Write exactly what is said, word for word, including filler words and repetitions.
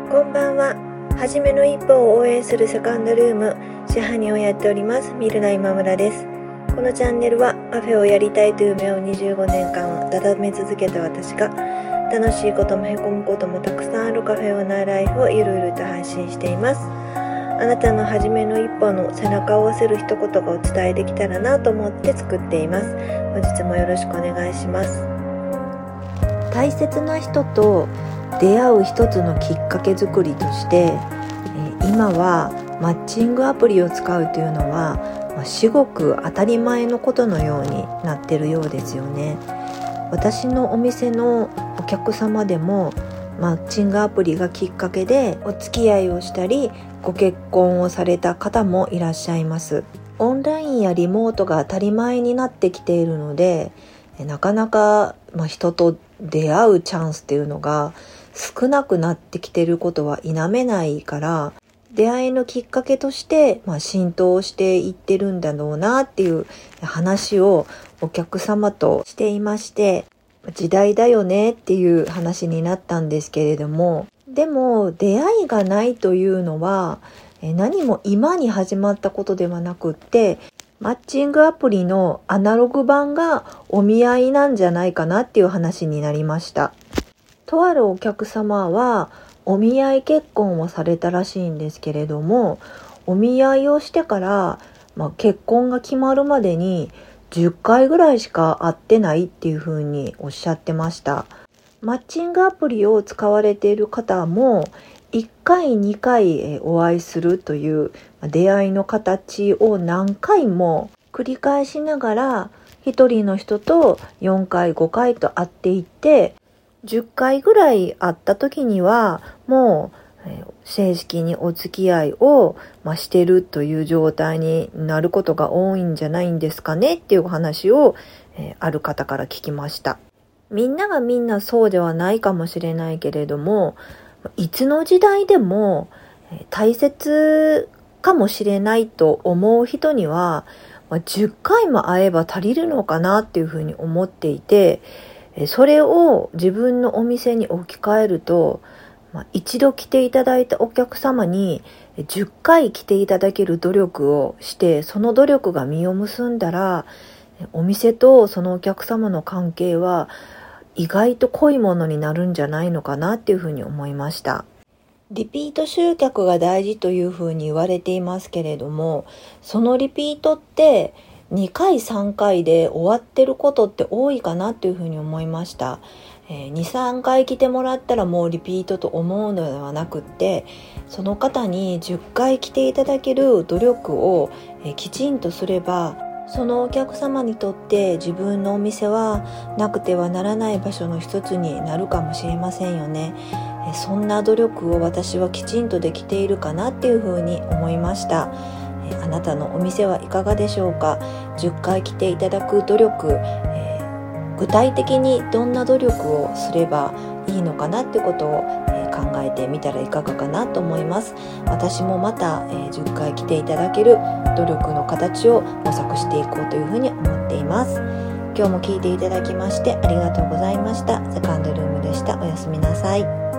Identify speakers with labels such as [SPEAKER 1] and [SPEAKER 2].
[SPEAKER 1] こんばんは。はじめの一歩を応援するセカンドルーム支配人をやっておりますミルナ今村です。このチャンネルはカフェをやりたいという夢をにじゅうごねんかん温め続けた私が楽しいこともへこむこともたくさんあるカフェオーナーライフをゆるゆると配信しています。あなたのはじめの一歩の背中を押せる一言がお伝えできたらなと思って作っています。本日もよろしくお願いします。大切な人と出会う一つのきっかけ作りとして今はマッチングアプリを使うというのは至極当たり前のことのようになっているようですよね。私のお店のお客様でもマッチングアプリがきっかけでお付き合いをしたりご結婚をされた方もいらっしゃいます。オンラインやリモートが当たり前になってきているのでなかなか、まあ、人と出会うチャンスっていうのが少なくなってきていることは否めないから出会いのきっかけとして、まあ、浸透していってるんだろうなっていう話をお客様としていまして時代だよねっていう話になったんですけれども、でも出会いがないというのは何も今に始まったことではなくってマッチングアプリのアナログ版がお見合いなんじゃないかなっていう話になりました。とあるお客様はお見合い結婚をされたらしいんですけれども、お見合いをしてから、まあ、結婚が決まるまでにじゅっかいぐらいしか会ってないっていうふうにおっしゃってました。マッチングアプリを使われている方もいっかいにかいお会いするという出会いの形を何回も繰り返しながらひとりの人とよんかいごかいと会っていってじゅっかいぐらい会った時にはもう正式にお付き合いをしてるという状態になることが多いんじゃないんですかねっていうお話をある方から聞きました。みんながみんなそうではないかもしれないけれどもいつの時代でも大切かもしれないと思う人にはじゅっかいも会えば足りるのかなっていうふうに思っていて、それを自分のお店に置き換えると一度来ていただいたお客様にじゅっかい来ていただける努力をしてその努力が実を結んだらお店とそのお客様の関係は意外と濃いものになるんじゃないのかなっていうふうに思いました。リピート集客が大事というふうに言われていますけれども、そのリピートってにかいさんかいで終わってることって多いかなっていうふうに思いました。えー、にさんかい来てもらったらもうリピートと思うのではなくってその方にじゅっかい来ていただける努力を、えー、きちんとすればそのお客様にとって自分のお店はなくてはならない場所の一つになるかもしれませんよね。そんな努力を私はきちんとできているかなっていうふうに思いました。あなたのお店はいかがでしょうか。じゅっかい来ていただく努力、えー、具体的にどんな努力をすればいいのかなってことを、えー、考えてみたらいかがかなと思います。私もまた、えー、じゅっかい来ていただける努力の形を模索していこうというふうに思っています。今日も聞いていただきましてありがとうございました。セカンドルームでした。おやすみなさい。